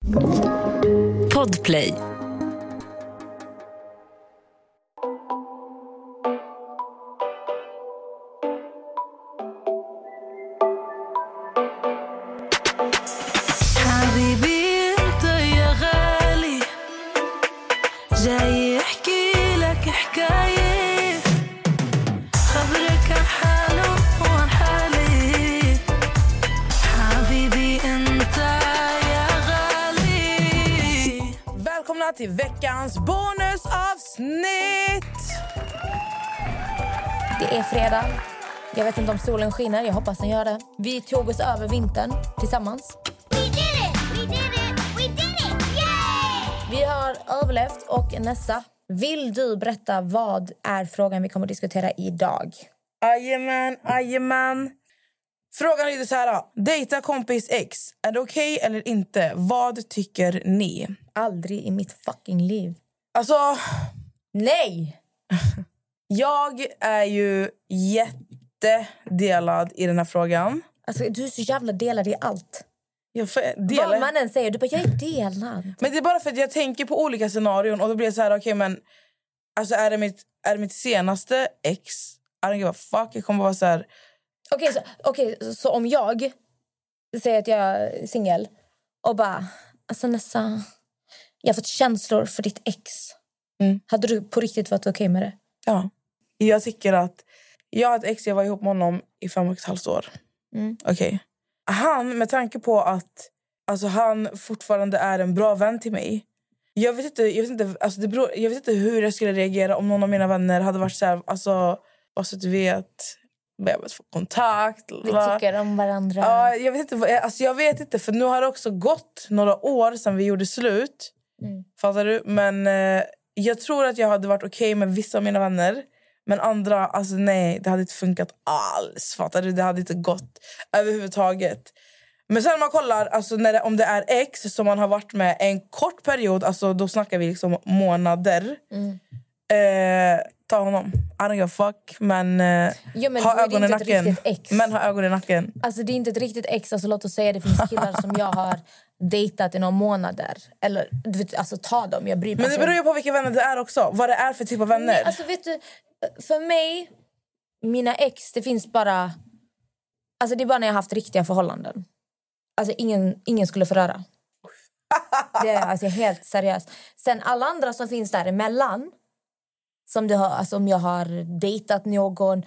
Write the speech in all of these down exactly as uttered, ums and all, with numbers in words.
Podplay. Till veckans bonusavsnitt. Det är fredag. Jag vet inte om solen skiner. Jag hoppas den gör det. Vi tog oss över vintern tillsammans. We did it! We did it! We did it! Yay! Vi har överlevt och Nessa, vill du berätta vad är frågan vi kommer att diskutera idag? Jajamän, jajamän. Frågan lyder så här: dejta kompis ex. Är det okej okay eller inte? Vad tycker ni? Aldrig i mitt fucking liv. Alltså... Nej! Jag är ju jättedelad i den här frågan. Alltså, du är så jävla delad i allt. Jag delar... Vad man än säger, du bara, jag är delad. Men det är bara för att jag tänker på olika scenarion. Och då blir det så här, okej okay, men... Alltså är det mitt, är det mitt senaste ex? I don't give a fuck. Jag kommer vara så här... Okej, okay, så, okay, så om jag säger att jag är singel och bara, alltså nästan, jag har fått känslor för ditt ex. Mm. Hade du på riktigt varit okej okay med det? Ja. Jag tycker att jag har ett ex, jag var ihop med honom i fem och ett halvt år. Mm. Okej. Okay. Han, med tanke på att alltså, han fortfarande är en bra vän till mig. Jag vet inte, jag vet inte, alltså, det beror, jag vet inte hur jag skulle reagera om någon av mina vänner hade varit så här, alltså, bara så att du vet... behöver få kontakt. Vi tycker om varandra. Ja, jag vet inte, alltså jag vet inte, för nu har det också gått några år sedan vi gjorde slut. Mm. Fattar du? Men eh, jag tror att jag hade varit okej okay med vissa av mina vänner. Men andra, alltså nej, det hade inte funkat alls. Fattar du? Det hade inte gått överhuvudtaget. Men sen när man kollar, alltså när det, om det är ex som man har varit med en kort period, alltså då snackar vi liksom månader. Mm. Eh, ta honom. I don't give a fuck. Men, eh, jo, men ha ögon i nacken. Ex. Men ha ögon i nacken. Alltså det är inte ett riktigt ex. Alltså låt oss säga det finns killar som jag har dejtat i några månader. Eller du vet, alltså ta dem. Jag bryr mig. Men det beror ju på vilka vänner det är också. Vad det är för typ av vänner. Nej, alltså vet du, för mig, mina ex, det finns bara... Alltså det är bara när jag har haft riktiga förhållanden. Alltså ingen, ingen skulle förröra. Det är alltså helt seriöst. Sen alla andra som finns däremellan, som du har, alltså om jag har dejtat någon,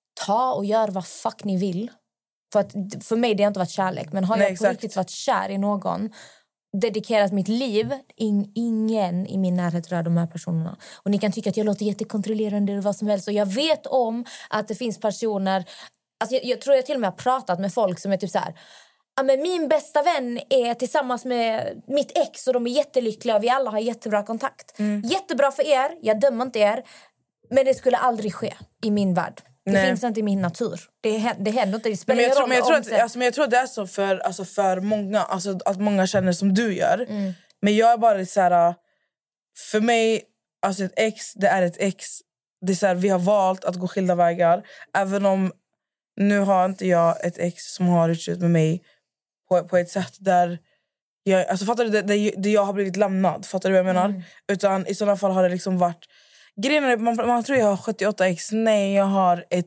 ta och gör vad fuck ni vill. För att för mig det har inte varit kärlek, men har Nej, jag på exakt. riktigt varit kär i någon, dedikerat mitt liv, in, ingen i min närhet rör de här personerna. Och ni kan tycka att jag låter jättekontrollerande eller vad som helst, och jag vet om att det finns personer, alltså jag, jag tror jag till och med har pratat med folk som är typ så här: ja, men min bästa vän är tillsammans med mitt ex och de är jättelyckliga och vi alla har jättebra kontakt. Mm. Jättebra för er, jag dömer inte er. Men det skulle aldrig ske i min värld. Det Nej. finns inte i min natur. Det, det händer inte, det spelar men jag, tror, roll men jag, tror om att, alltså, men jag tror att det är så för, alltså, för många. Alltså, att många känner som du gör. Mm. Men jag är bara så här... För mig, alltså ett ex, det är ett ex. Det är så här, vi har valt att gå skilda vägar. Även om nu har inte jag ett ex som har utslut med mig på, på ett sätt där jag, alltså fattar du, det, det, det jag har blivit lämnad, fattar du vad jag menar? Mm. Utan i sådana fall har det liksom varit grejen är, man, man tror jag har sjuttioåtta ex. Nej, jag har ett,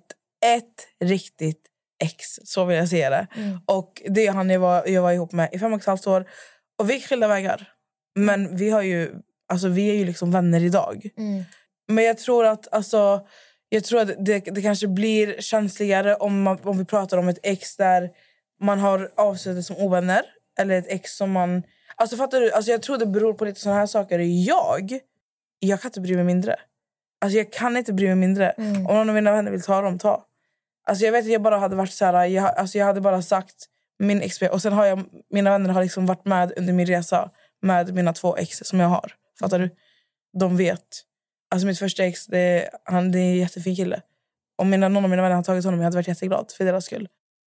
ett riktigt ex, så vill jag säga det. Mm. Och det är han jag var, jag var ihop med i fem och ett halvt år. Och vi gick skilda vägar. Men vi har ju, alltså vi är ju liksom vänner idag. Mm. Men jag tror att, alltså jag tror att det, det kanske blir känsligare om, man, om vi pratar om ett ex där man har avslutat som ovänner. Eller ett ex som man... Alltså fattar du? Alltså jag tror det beror på lite sådana här saker. Jag, jag kan inte bry mig mindre. Alltså jag kan inte bry mig mindre. Mm. Om någon av mina vänner vill ta dem, ta. Alltså jag vet att jag bara hade varit så här... Jag, alltså jag hade bara sagt min ex. Och sen har jag... Mina vänner har liksom varit med under min resa. Med mina två ex som jag har. Fattar du? De vet. Alltså mitt första ex, det är, han, det är en jättefin kille. Om mina, någon av mina vänner har tagit honom, jag hade varit jätteglad för deras skull.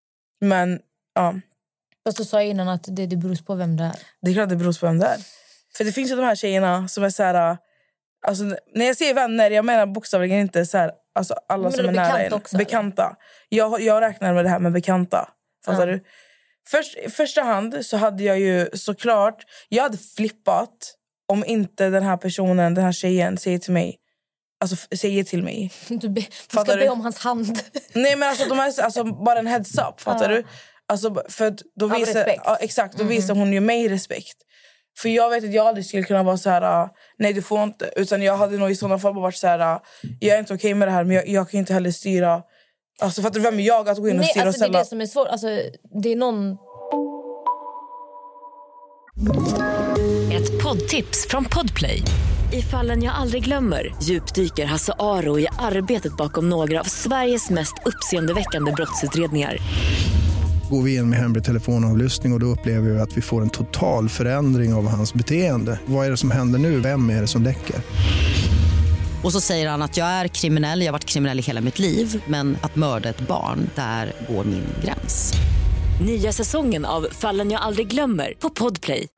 Men, ja... Fast du sa innan att det, det beror på vem det är. Det är klart det beror på vem det är. För det finns ju de här tjejerna som är så här... Alltså, när jag säger vänner, jag menar bokstavligen inte så här... Alltså alla som är nära en. Också, bekanta. Jag, jag räknar med det här med bekanta. Fattar ja. du? Först, i första hand så hade jag ju såklart... Jag hade flippat om inte den här personen, den här tjejen, säger till mig... Alltså säger till mig. Du, be, du ska be om hans hand. Nej, men alltså, de här, alltså bara en heads up, fattar Ja. du? Alltså, för att då Av visar, respekt. ja, exakt, då Mhm. visar hon ju mig respekt. För jag vet att jag aldrig skulle kunna vara så här, ah, nej du får inte. Utan jag hade nog i sådana fall bara varit så här, ah, jag är inte okej med det här, men jag, jag kan inte heller styra. Alltså fattar du, vem är jag att gå in och Nej, styra alltså, det är och ställa? det som är svårt. Alltså, det är någon... Ett poddtips från Podplay. I Fallen jag aldrig glömmer djupdyker Hasse Aro i arbetet bakom några av Sveriges mest uppseendeväckande brottsutredningar. Går vi in med hemlig telefonavlyssning och, och då upplever vi att vi får en total förändring av hans beteende. Vad är det som händer nu? Vem är det som läcker? Och så säger han att jag är kriminell, jag har varit kriminell i hela mitt liv. Men att mörda ett barn, där går min gräns. Nya säsongen av Fallen jag aldrig glömmer på Podplay.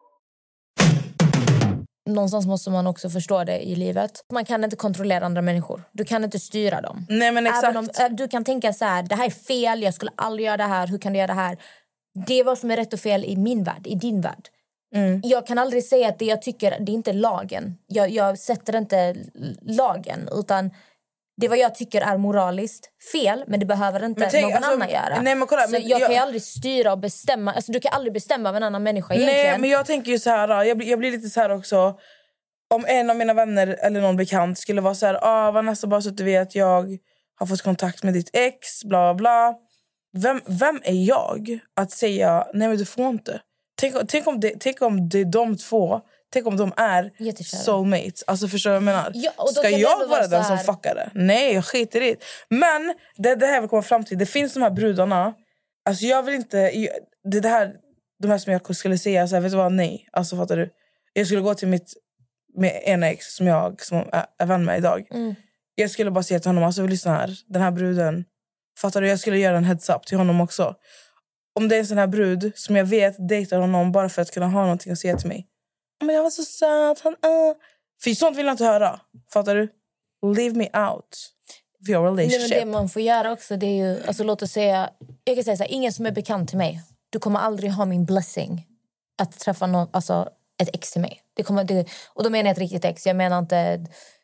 Någonstans måste man också förstå det i livet. Man kan inte kontrollera andra människor. Du kan inte styra dem. Nej, men exakt. Även om, äh, du kan tänka så här, det här är fel, jag skulle aldrig göra det här. Hur kan du göra det här? Det är vad som är rätt och fel i min värld, i din värld. Mm. Jag kan aldrig säga att det jag tycker, det är inte lagen. Jag, jag sätter inte lagen, utan det är vad jag tycker är moraliskt fel, men det behöver inte Men tänk, någon alltså, annan göra. nej, men kolla, så men jag, jag- kan ju aldrig styra och bestämma. Alltså, du kan aldrig bestämma av en annan människa egentligen. Nej, men jag tänker ju så här, jag blir, jag blir lite så här också. Om en av mina vänner eller någon bekant skulle vara så här, ah, Vanessa, bara så att du vet att jag har fått kontakt med ditt ex, bla bla. Vem, vem är jag att säga, nej men du får inte. Tänk, tänk, om, det, tänk om det är de två, tänk om de är Jättekära. soulmates. Alltså förstår du vad jag menar? Ja, och då Ska kan det jag ändå vara vara den så som här- fuckar det? Nej, jag skiter i det. Men det, det här vill komma fram till, det finns de här brudarna. Alltså jag vill inte, det, det här, de här som jag skulle säga, så här, vet du vad, nej. Alltså fattar du? Jag skulle gå till mitt med en ex som jag som är, är vän med idag. Mm. Jag skulle bara säga till honom, alltså lyssna här, den här bruden, fattar du, jag skulle göra en heads up till honom också. Om det är en sån här brud som jag vet dejtar honom bara för att kunna ha någonting att säga till mig. Men jag var så söt, han uh. För sånt vill jag inte höra, fattar du? Leave me out of your Nej, relationship. men det man får göra också, det är ju, alltså låt oss säga, jag kan säga så här, ingen som är bekant till mig, du kommer aldrig ha min blessing att träffa någon, alltså ett ex till mig. Det kommer, det, och då menar jag ett riktigt ex, jag menar inte eh,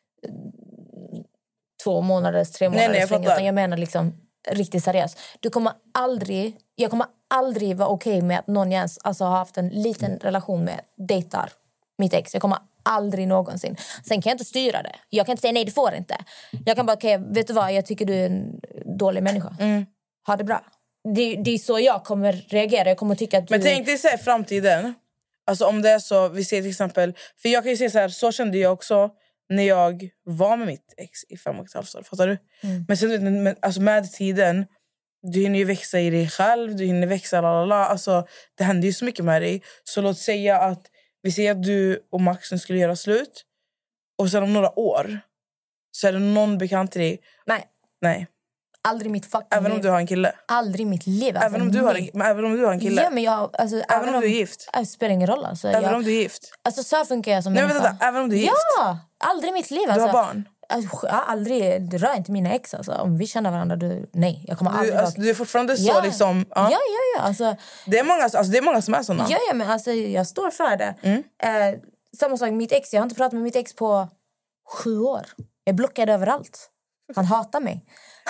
två månaders, tre månaders nej, jag fling, fattar. utan jag menar liksom riktigt seriöst. Du kommer aldrig, jag kommer aldrig vara okej med att någon jag ens alltså, har haft en liten relation med dejtar mitt ex. Jag kommer aldrig någonsin. Sen kan jag inte styra det. Jag kan inte säga nej, det får inte. Jag kan bara, okej, okay, vet du vad, jag tycker du är en dålig människa. Mm. Ha det bra. Det, det är så jag kommer reagera. Jag kommer tycka att du... Men tänk dig så här, framtiden. Alltså om det är så, vi ser till exempel, för jag kan ju säga så här, så kände jag också när jag var med mitt ex i fem och ett halvt år, fattar du? Mm. Men sen med, alltså med tiden, du hinner ju växa i dig själv, du hinner växa, lalala. Alltså det händer ju så mycket med dig. Så låt säga att vi säger att du och Max nu skulle göra slut, och sen om några år så är det någon bekant till dig. Nej, Nej, aldrig mitt fucking även liv. om du har en kille. Aldrig mitt liv. Alltså, Även om du har en, nej. men även om du har en kille. Ja, men jag, alltså, även om du är gift. Det spelar ingen roll. Alltså, Även jag, om du är gift. alltså så funkar jag som Nej, människa. vänta, även om du är gift. Ja, aldrig mitt liv. Du Alltså. har barn. Alltså, jag har aldrig, det rör inte mina ex. Alltså. Om vi känner varandra, du, nej. Jag kommer Du, aldrig alltså, vara... du är fortfarande så Ja. liksom... Ja, ja, ja. Alltså, Det, är många, alltså, det är många som är såna. ja, ja, men alltså, jag står för det. Mm. Eh, samma sak, mitt ex. Jag har inte pratat med mitt ex på sju år. Jag är blockad överallt. Han hatar mig.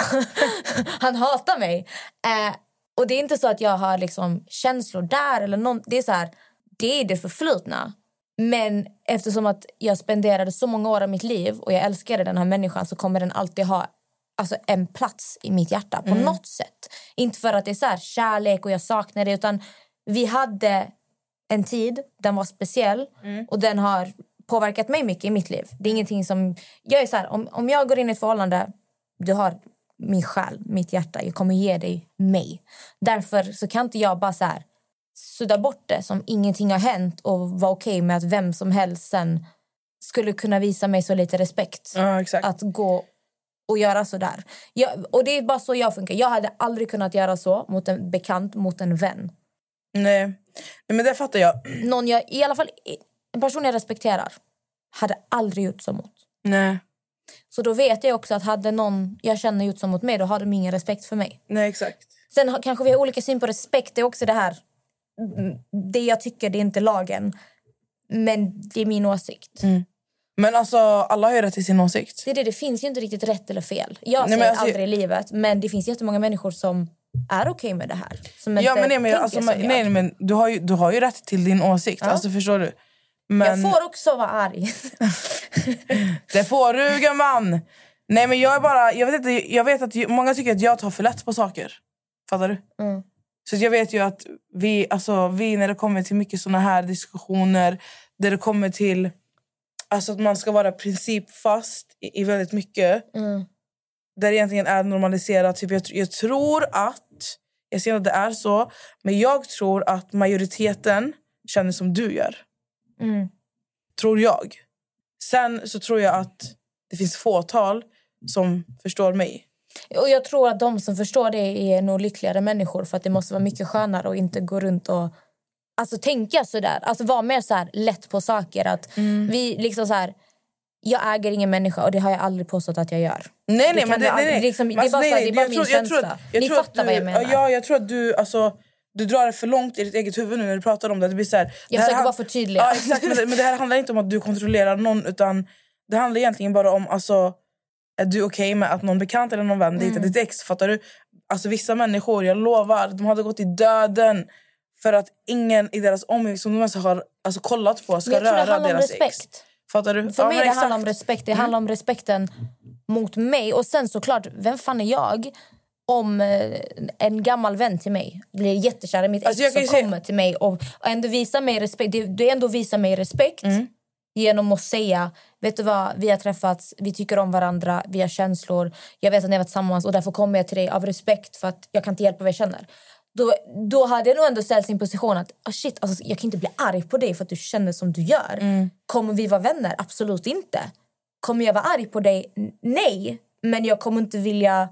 Han hatar mig. Eh, och det är inte så att jag har liksom känslor där eller någon, det är så här, det är det förflutna. Men eftersom att jag spenderade så många år av mitt liv och jag älskade den här människan, så kommer den alltid ha alltså, en plats i mitt hjärta på Mm. något sätt. Inte för att det är så här kärlek och jag saknar det, utan vi hade en tid, den var speciell Mm. och den har påverkat mig mycket i mitt liv. Det är ingenting som, jag är så här, om, om jag går in i ett förhållande, du har min själ, mitt hjärta, jag kommer ge dig mig. Därför så kan inte jag bara så här sudda bort det som ingenting har hänt och vara okej med att vem som helst sen skulle kunna visa mig så lite respekt. Ja, exakt. Att gå och göra så där. Jag, och det är bara så jag funkar. Jag hade aldrig kunnat göra så mot en bekant, mot en vän. Nej. Nej, men det fattar jag. Någon jag, i alla fall en person jag respekterar, hade aldrig gjort så mot. Nej. Så då vet jag också att hade någon jag känner gjort så mot mig, då hade de ingen respekt för mig. Nej, exakt. Sen har, kanske vi har olika syn på respekt. Det är också det här. det jag tycker, det är inte lagen. Men det är min åsikt. Mm. Men alltså, alla har ju rätt till sin åsikt. Det är det, det finns ju inte riktigt rätt eller fel. Jag nej, säger alltså, aldrig i livet, men det finns jättemånga människor som är okej okay med det här. Som ja, inte men nej, men, alltså, som nej, nej, men du har, ju, du har ju rätt till din åsikt. Ja. Alltså, förstår du? Men... Jag får också vara arg. Det får du, gumman. Nej, men jag är bara... Jag vet, inte, jag vet att många tycker att jag tar för lätt på saker. Fattar du? Mm. Så jag vet ju att vi, alltså, vi när det kommer till mycket såna här diskussioner, där det kommer till alltså, att man ska vara principfast i, i väldigt mycket, mm. där det egentligen är normaliserat. Typ, jag, jag tror att, jag ser att det är så, men jag tror att majoriteten känner som du gör. Mm. Tror jag. Sen så tror jag att det finns fåtal som förstår mig. Och jag tror att de som förstår det är nog lyckligare människor, för att det måste vara mycket skönare och inte gå runt och alltså tänka så där. Alltså vara mer så här lätt på saker, att mm. vi liksom så här, jag äger ingen människa och det har jag aldrig påstått att jag gör. Nej nej men det, nej, nej. Liksom, det är alltså, bara, nej, så här, nej. det är bara jag min tror, känsla. Jag tror, jag Ni tror fattar du, vad jag menar. Ja, jag tror att du alltså du drar det för långt i ditt eget huvud nu när du pratar om det. Det blir så här, jag försöker bara förtydliga. Ja, exakt, men, det, men det här handlar inte om att du kontrollerar någon, utan det handlar egentligen bara om alltså, är du okej okay med att någon bekant eller någon vän dejtar mm. ditt ex? Fattar du? Alltså vissa människor, jag lovar, de hade gått i döden för att ingen i deras omgivning som de ens har alltså, kollat på ska röra deras ex. Fattar du? För ja, mig det exakt. handlar om respekt. Det mm. handlar om respekten mot mig. Och sen såklart, vem fan är jag om en gammal vän till mig blir jättekär i mitt ex alltså, som kommer se... till mig och ändå visar mig respekt. Det, det ändå visar mig respekt mm. genom att säga, vet du vad, vi har träffats, vi tycker om varandra, vi har känslor, jag vet att ni har varit tillsammans och därför kommer jag till dig av respekt för att jag kan inte hjälpa vad jag känner. Då, då hade jag nog ändå ställt sin position att ah, shit, alltså, jag kan inte bli arg på dig för att du känner som du gör. Mm. Kommer vi vara vänner? Absolut inte. Kommer jag vara arg på dig? Nej. Men jag kommer inte vilja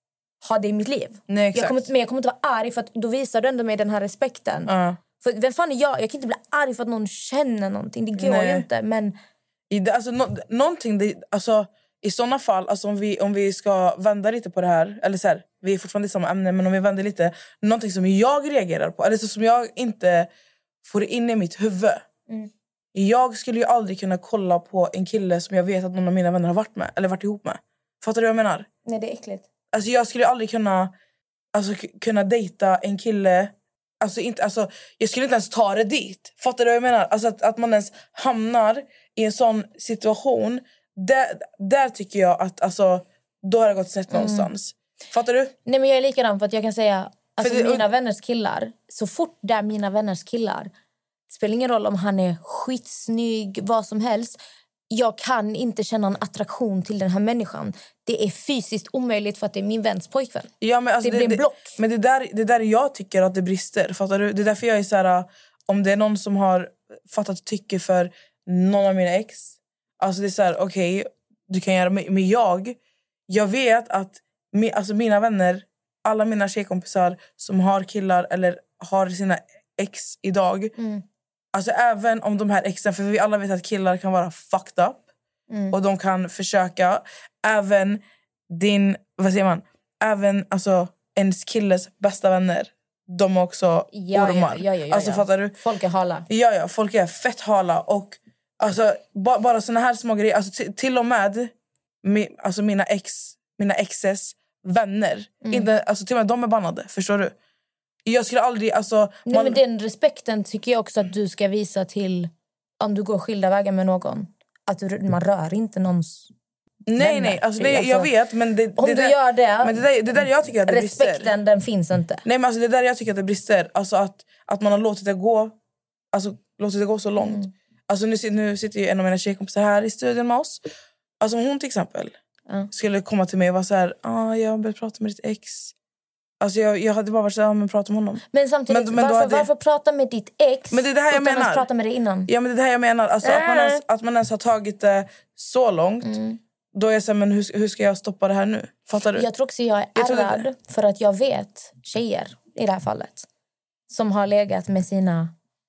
ha det i mitt liv. Nej, exakt. Jag kommer, men jag kommer inte vara arg för att då visar du ändå mig den här respekten. Uh. För vem fan är jag? Jag kan inte bli arg för att någon känner någonting. Det går Nej. ju inte. Men... I det, alltså, no, någonting, det, alltså, i såna fall, alltså, om, vi, om vi ska vända lite på det här, eller så här, vi är fortfarande i samma ämne, men om vi vänder lite, någonting som jag reagerar på, eller så som jag inte får in i mitt huvud. Mm. Jag skulle ju aldrig kunna kolla på en kille som jag vet att någon av mina vänner har varit med, eller varit ihop med. Fattar du vad jag menar? Nej, det är äckligt. Alltså jag skulle aldrig kunna, alltså, k- kunna dejta en kille. Alltså, inte, alltså, jag skulle inte ens ta det dit. Fattar du vad jag menar? Alltså att, att man ens hamnar i en sån situation. Där, där tycker jag att alltså, då har det gått snett mm. någonstans. Fattar du? Nej, men jag är likadan, för att jag kan säga alltså, det, mina vänners killar, så fort det är mina vänners killar, det spelar ingen roll om han är skitsnygg, vad som helst. Jag kan inte känna en attraktion till den här människan. Det är fysiskt omöjligt för att det är min väns pojkvän. Ja, men alltså, det, det blir en block. Det, men det där, det där jag tycker att det brister. Fattar du? Det är därför jag är så här, om det är någon som har fattat tycke för någon av mina ex. Alltså det är så här, okej, okay, du kan göra, men jag, jag vet att alltså mina vänner, alla mina tjejkompisar som har killar eller har sina ex idag. Mm. Alltså även om de här exen, för vi alla vet att killar kan vara fucked up. Mm. Och de kan försöka. Även din, vad säger man? Även alltså ens killes bästa vänner. De är också ja, ormar. Ja, ja, ja, alltså ja. fattar du? Folk är hala. Ja, ja, folk är fett hala. Och alltså ba, bara såna här små grejer. Alltså t- till och med mi, alltså mina ex, mina exes vänner. Mm. Inte, alltså till och med de är bannade, förstår du? Jag skulle aldrig, alltså... Nej, man... men den respekten tycker jag också att du ska visa till om du går skilda vägar med någon. Att du, man rör inte någons Nej, vänner. nej, alltså, nej alltså, jag vet, men det, om det du där, gör det, men det där, det där jag tycker att det respekten, brister. den finns inte. Nej, men alltså det där jag tycker att det brister. Alltså att, att man har låtit det gå, alltså låtit det gå så långt. Mm. Alltså nu, nu sitter ju en av mina tjejkompisar här i studion med oss. Alltså hon till exempel mm. skulle komma till mig och vara så här, ah, jag har börjat prata med ditt ex. Alltså jag, jag hade bara varit så här, men prata med honom. Men samtidigt, men, men varför, hade... varför prata med ditt ex? Men det är det här jag menar. Prata med det innan. Ja, men det är det här jag menar. Alltså äh. att, man ens, att man ens har tagit det så långt. Mm. Då är jag så här, men hur, hur ska jag stoppa det här nu? Fattar du? Jag tror också jag är ärrad för att jag vet tjejer i det här fallet som har legat med sina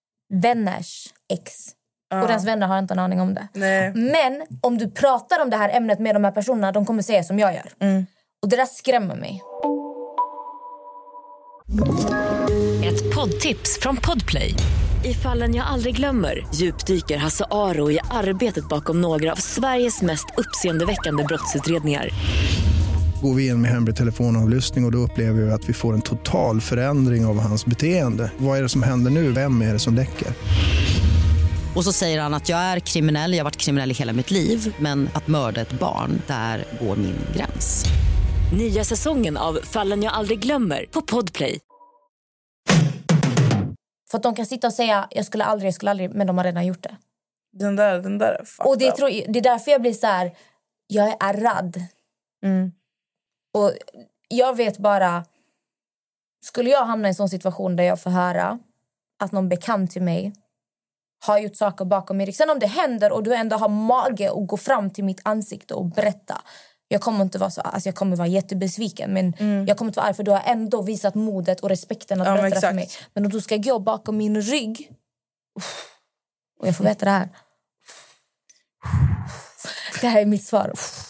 vänners ex. Uh. Och deras vänner har inte en aning om det. Nej. Men om du pratar om det här ämnet med de här personerna, de kommer säga som jag gör. Mm. Och det där skrämmer mig. Ett poddtips från Podplay. I Fallen jag aldrig glömmer djupdyker Hasse Aro i arbetet bakom några av Sveriges mest uppseendeväckande brottsutredningar. Går vi in med hemlig telefonavlyssning och, och då upplever vi att vi får en total förändring av hans beteende. Vad är det som händer nu? Vem är det som läcker? Och så säger han att jag är kriminell, jag har varit kriminell i hela mitt liv. Men att mörda ett barn, där går min gräns. Nya säsongen av Fallen jag aldrig glömmer på Podplay. För att de kan sitta och säga jag skulle aldrig, jag skulle aldrig, men de har redan gjort det. Den där, den där är fucked Och det, up. tror, det är därför jag blir så här, jag är ärrad. Mm. Och jag vet bara, skulle jag hamna i en sån situation där jag får höra att någon bekant till mig har gjort saker bakom mig. Sen om det händer och du ändå har mage att gå fram till mitt ansikte och berätta. Jag kommer inte vara så, alltså jag kommer vara jättebesviken, men mm. jag kommer inte vara arg för du har ändå visat modet och respekten att ja, berätta exakt. för mig. Men om du ska gå bakom min rygg och jag får veta det här. Det här är mitt svar.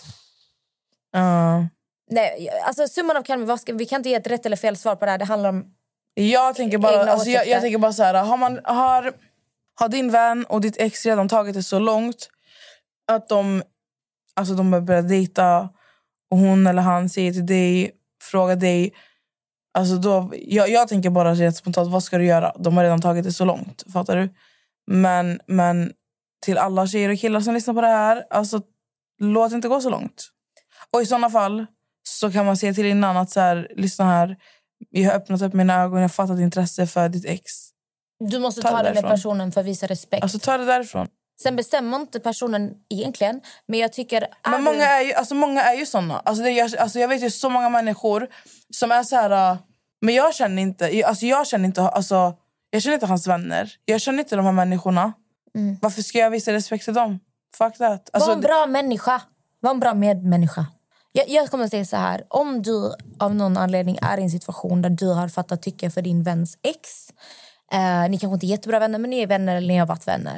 Uh. Nej, alltså summan av kan vi, vi kan inte ge ett rätt eller fel svar på det här. Det handlar om Jag tänker bara, alltså jag, jag tänker bara så här, har man har har din vän och ditt ex redan tagit det så långt att de alltså de har börjat dejta och hon eller han säger till dig, frågar dig, alltså då jag, jag tänker bara rätt spontant, vad ska du göra? De har redan tagit det så långt, fattar du? Men men till alla tjejer och killar som lyssnar på det här, alltså låt inte gå så långt. Och i sådana fall så kan man säga till innan att så här, lyssna här, jag har öppnat upp mina ögon, jag har fattat intresse för ditt ex. Du måste ta ta det, det med personen för att visa respekt. Alltså ta det därifrån. Sen bestämmer inte personen egentligen, men jag tycker... Men många är ju, alltså många är ju såna. Alltså, det är, alltså jag vet ju så många människor som är så här, uh, men jag känner inte, alltså jag känner inte, alltså jag känner inte hans vänner. Jag känner inte de här människorna. Mm. Varför ska jag visa respekt till dem? Fuck that. Alltså, var en bra människa. Var en bra medmänniska. Jag, jag kommer att säga så här, om du av någon anledning är i en situation där du har fattat tycke för din väns ex, eh, ni kanske inte är jättebra vänner, men ni är vänner eller ni har varit vänner.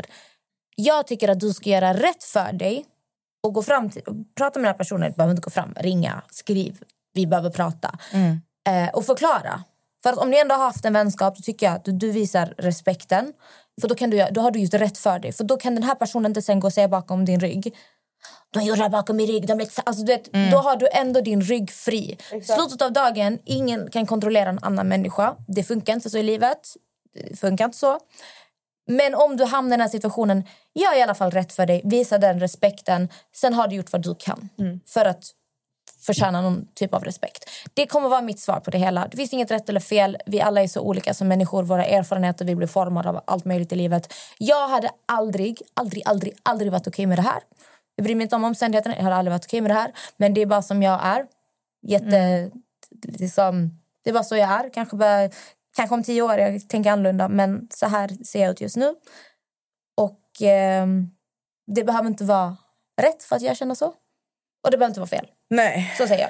Jag tycker att du ska göra rätt för dig och gå fram till, prata med den här personen. Du behöver inte gå fram, ringa, skriv. Vi behöver prata. Mm. Eh, och förklara. För att om ni ändå har haft en vänskap, så tycker jag att du, du visar respekten. För då, kan du, då har du gjort rätt för dig. För då kan den här personen inte sen gå och säga bakom din rygg. De gör det här bakom min rygg. De blir, alltså, du vet, mm. Då har du ändå din rygg fri. Exakt. Slutet av dagen, ingen kan kontrollera en annan människa. Det funkar inte så i livet. Det funkar inte så. Men om du hamnar i den här situationen, gör i alla fall rätt för dig. Visa den respekten. Sen har du gjort vad du kan. Mm. För att förtjäna någon typ av respekt. Det kommer vara mitt svar på det hela. Det finns inget rätt eller fel. Vi alla är så olika som människor. Våra erfarenheter, vi blir formade av allt möjligt i livet. Jag hade aldrig, aldrig, aldrig, aldrig varit okej med det här. Jag bryr mig inte om omständigheterna. Jag hade aldrig varit okej med det här. Men det är bara som jag är. Jätte... Mm. Liksom, det är bara så jag är. Kanske bara... Kanske om tio år jag tänker annorlunda. Men så här ser jag ut just nu. Och eh, det behöver inte vara rätt för att jag känner så. Och det behöver inte vara fel. Nej. Så säger jag.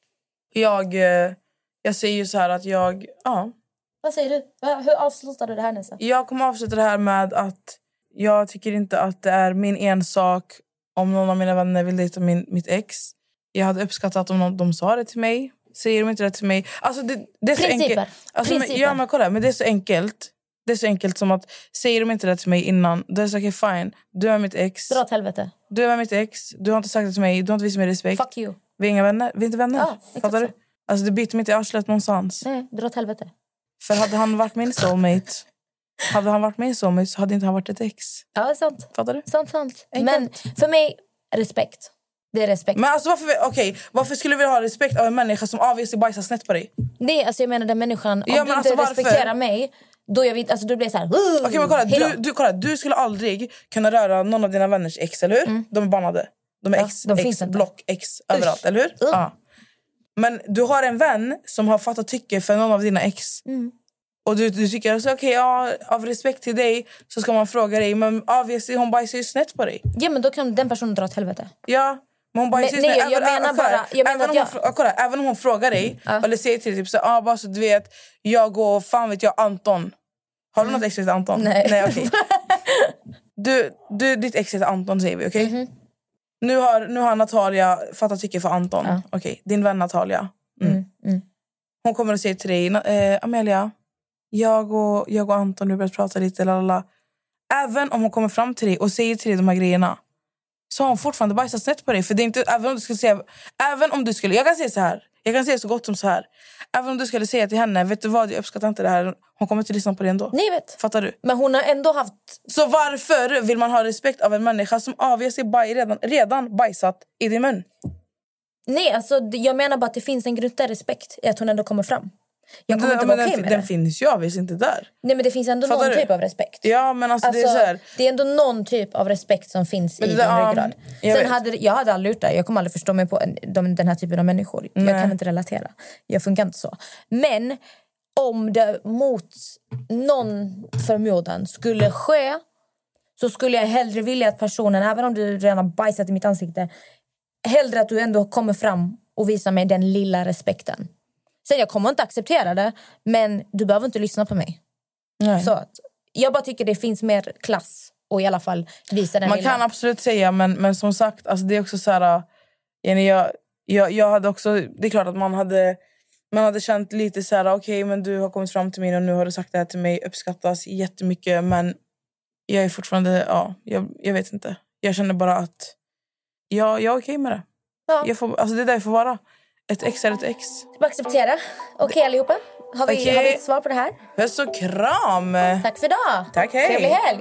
Jag, jag säger ju så här att jag... Ja. Vad säger du? Hur avslutar du det här, Nessa? Jag kommer avsluta det här med att jag tycker inte att det är min ensak om någon av mina vänner vill dejta min, mitt ex. Jag hade uppskattat om någon, de sa det till mig. Säger de inte det till mig? Alltså det, det är så Principer. enkelt. Alltså, Principer. Men, ja, men kolla, men det är så enkelt. Det är så enkelt som att säger de inte det till mig innan, då är det så okej, okay, fine. Du är mitt ex. Dra åt helvete. Du är mitt ex. Du har inte sagt det till mig. Du har inte visat mig respekt. Fuck you. Vi är inga vänner. Vi är inte vänner. Ja, fattar du? Alltså det biter mig inte i arslet någonstans. Nej, dra åt helvete. För hade han varit min soulmate, hade han varit min soulmate så hade inte han varit ett ex. Ja, det är sant. Fattar du? Sant, sant. Enkelt. Men för mig, respekt. Det är respekt. Men alltså varför, okay, varför skulle vi ha respekt av en människa som avvisar bajsar snett på dig? Nej, alltså jag menar den människan. Om ja, du alltså, inte varför? respekterar mig, då jag vet, alltså du blir så här. Okej, okay, men kolla du, du, kolla, du skulle aldrig kunna röra någon av dina vänners ex, eller hur? Mm. De är bannade. De är ex, ja, de ex block, ex överallt, eller hur? Uh. Ja. Men du har en vän som har fattat tycke för någon av dina ex. Mm. Och du, du tycker alltså, okej, okay, ja, av respekt till dig så ska man fråga dig, men obviously hon bajsar ju snett på dig. Ja, men då kan den personen dra åt helvete. Ja. Men hon bara, nej, nej, jag, jag menar även, bara jag menar även, att jag... om hon, kolla, även om hon frågar dig ja. Eller säger till dig typ så, ah, bara så du vet, jag och fan vet jag Anton. Har du mm. något ex heter Anton? Nej, nej okay. du, du, ditt ex heter Anton säger vi, okej? Okay? Mm-hmm. Nu, har, nu har Natalia fattat tycke för Anton. Ja. Okej, okay. Din vän Natalia. Mm. Mm. Mm. Hon kommer att säga till dig, eh, Amelia, jag och, jag och Anton nu börjat prata lite, lalala. Även om hon kommer fram till dig och säger till dig de här grejerna, så har hon fortfarande bajsat snett på dig. För det är inte, även om du skulle säga, även om du skulle, jag kan säga så här, jag kan säga så gott som så här. Även om du skulle säga till henne, vet du vad, jag uppskattar inte det här. Hon kommer inte lyssna på det ändå. Nej, vet. Fattar du? Men hon har ändå haft... Så varför vill man ha respekt av en människa som avger baj, redan, redan bajsat i din mun? Nej, alltså jag menar bara att det finns en grundad respekt i att hon ändå kommer fram. Jag kommer den, inte vara den, okej med den det. finns ju avvis inte där. Nej, men det finns ändå Fattar någon du? typ av respekt. Ja, men alltså, Alltså, det är så här. det är ändå någon typ av respekt som finns Men i det din där, ryggrad. um, jag Sen vet. hade, jag hade aldrig gjort det. Jag kommer aldrig förstå mig på en, de, den här typen av människor. Nej. Jag kan inte relatera. Jag funkar inte så. Men om det mot någon förmodan skulle ske, så skulle jag hellre vilja att personen, även om du redan har bajsat i mitt ansikte, hellre att du ändå kommer fram och visar mig den lilla respekten. Sen jag kommer inte acceptera det, men du behöver inte lyssna på mig. Nej. Så att, jag bara tycker det finns mer klass och i alla fall visa den Man lilla. kan absolut säga, men, men som sagt, alltså det är också så här, Jenny, jag, jag, jag hade också, det är klart att man hade, man hade känt lite så här, okej, okay, men du har kommit fram till mig och nu har du sagt det här till mig, uppskattas jättemycket, men jag är fortfarande, ja, jag, jag vet inte. Jag känner bara att jag, jag är okej okay med det. Ja. Jag får, alltså det är där jag får vara. Ett ex är ett ex. Bara acceptera. Okej, okay, allihopa. Har vi, Okej. har vi ett svar på det här? Puss och kram! Tack för idag. Tack, hej. Trevlig helg.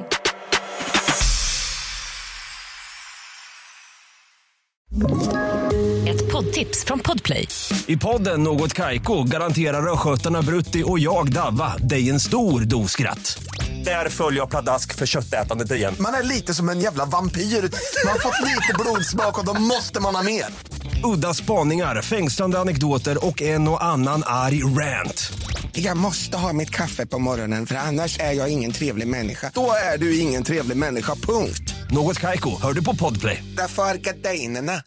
Ett poddtips från Podplay. I podden Något Kaiko garanterar östgötarna Brutti och jag Davva dig en stor dos skratt. Där följer jag pladask för köttätandet igen. Man är lite som en jävla vampyr. Man har fått lite blodsmak och då måste man ha mer. Udda spaningar, fängslande anekdoter och en och annan arg rant. Jag måste ha mitt kaffe på morgonen för annars är jag ingen trevlig människa. Då är du ingen trevlig människa, punkt. Något Kaiko, hör du på Podplay. Därför är gardinerna.